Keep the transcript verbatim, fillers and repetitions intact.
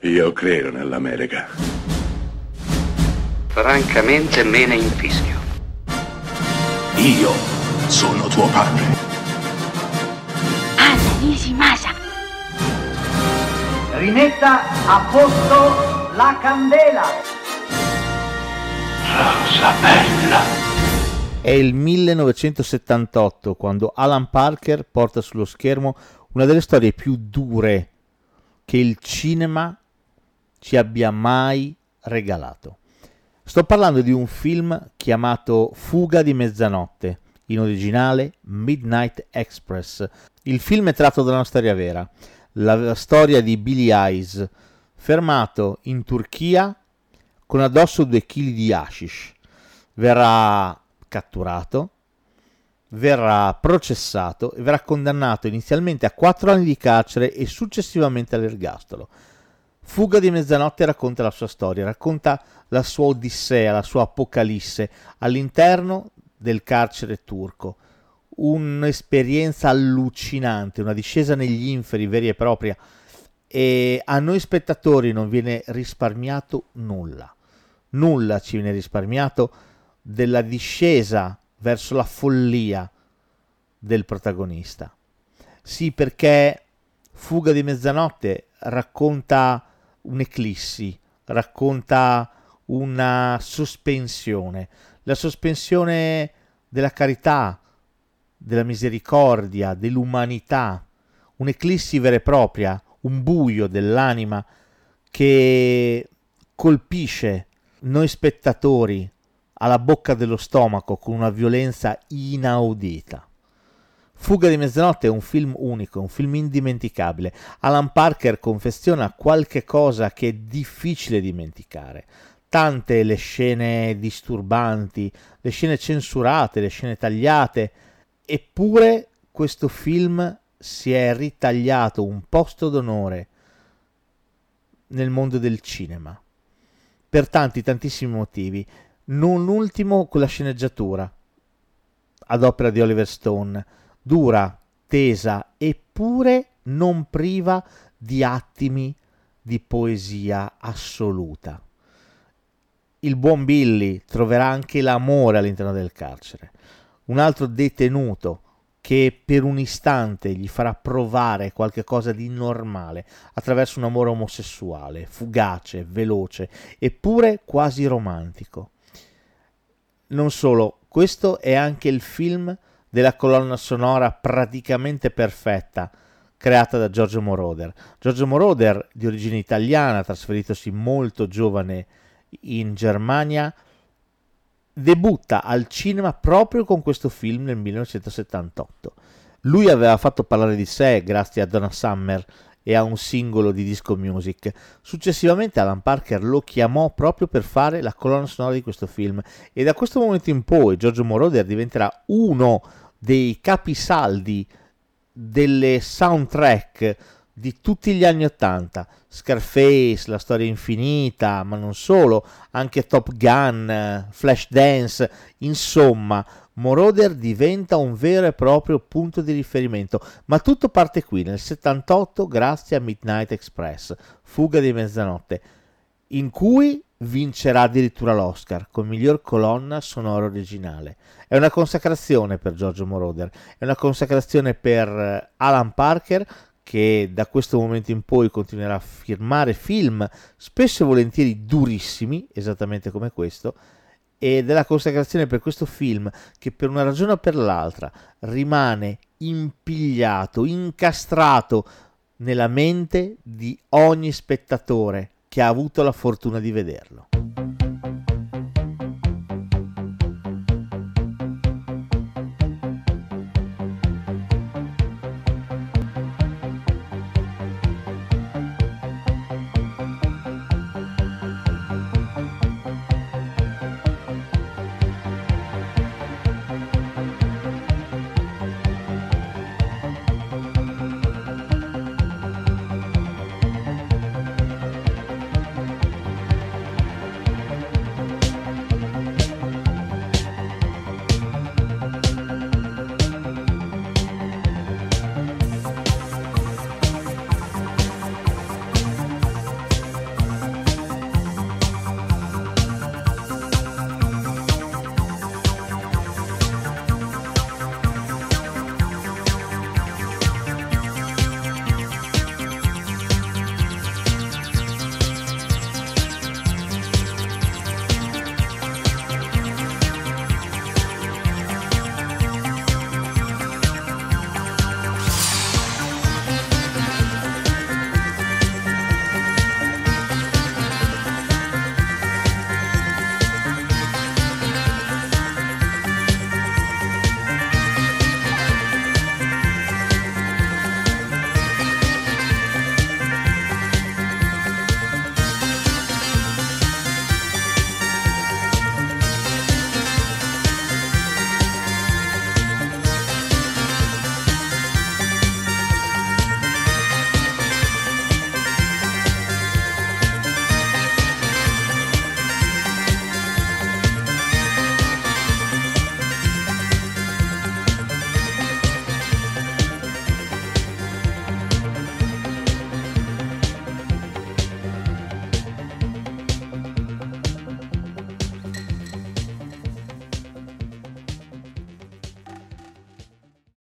Io credo nell'America. Francamente me ne infischio. Io sono tuo padre. Anna Nishimasa. Rimetta a posto la candela. Rosa bella. È il millenovecentosettantotto quando Alan Parker porta sullo schermo una delle storie più dure che il cinema ci abbia mai regalato. Sto parlando di un film chiamato Fuga di mezzanotte, in originale Midnight Express. Il film è tratto da una storia vera, la storia di Billy Eyes, fermato in Turchia con addosso due chili di hashish. Verrà catturato, verrà processato e verrà condannato inizialmente a quattro anni di carcere e successivamente all'ergastolo. Fuga di mezzanotte racconta la sua storia, racconta la sua odissea, la sua apocalisse all'interno del carcere turco. Un'esperienza allucinante, una discesa negli inferi veri e propria, e a noi spettatori non viene risparmiato nulla. Nulla ci viene risparmiato della discesa verso la follia del protagonista. Sì, perché Fuga di mezzanotte racconta un'eclissi, racconta una sospensione, la sospensione della carità, della misericordia, dell'umanità, un'eclissi vera e propria, un buio dell'anima che colpisce noi spettatori alla bocca dello stomaco con una violenza inaudita. Fuga di mezzanotte è un film unico, un film indimenticabile. Alan Parker confeziona qualche cosa che è difficile dimenticare. Tante le scene disturbanti, le scene censurate, le scene tagliate, eppure questo film si è ritagliato un posto d'onore nel mondo del cinema, per tanti, tantissimi motivi, non ultimo con la sceneggiatura, ad opera di Oliver Stone, dura, tesa, eppure non priva di attimi di poesia assoluta. Il buon Billy troverà anche l'amore all'interno del carcere, un altro detenuto che per un istante gli farà provare qualche cosa di normale attraverso un amore omosessuale, fugace, veloce, eppure quasi romantico. Non solo, questo è anche il film della colonna sonora praticamente perfetta creata da Giorgio Moroder. Giorgio Moroder, di origine italiana, trasferitosi molto giovane in Germania, debutta al cinema proprio con questo film nel millenovecentosettantotto. Lui aveva fatto parlare di sé grazie a Donna Summer e a un singolo di Disco Music. Successivamente Alan Parker lo chiamò proprio per fare la colonna sonora di questo film e da questo momento in poi Giorgio Moroder diventerà uno dei capisaldi delle soundtrack di tutti gli anni ottanta. Scarface, La storia infinita, ma non solo, anche Top Gun, Flashdance, insomma Moroder diventa un vero e proprio punto di riferimento, ma tutto parte qui nel settantotto grazie a Midnight Express, Fuga di mezzanotte, in cui vincerà addirittura l'Oscar con miglior colonna sonora originale. È una consacrazione per Giorgio Moroder, è una consacrazione per Alan Parker, che da questo momento in poi continuerà a firmare film spesso e volentieri durissimi, esattamente come questo, ed è la consacrazione per questo film che per una ragione o per l'altra rimane impigliato, incastrato nella mente di ogni spettatore che ha avuto la fortuna di vederlo.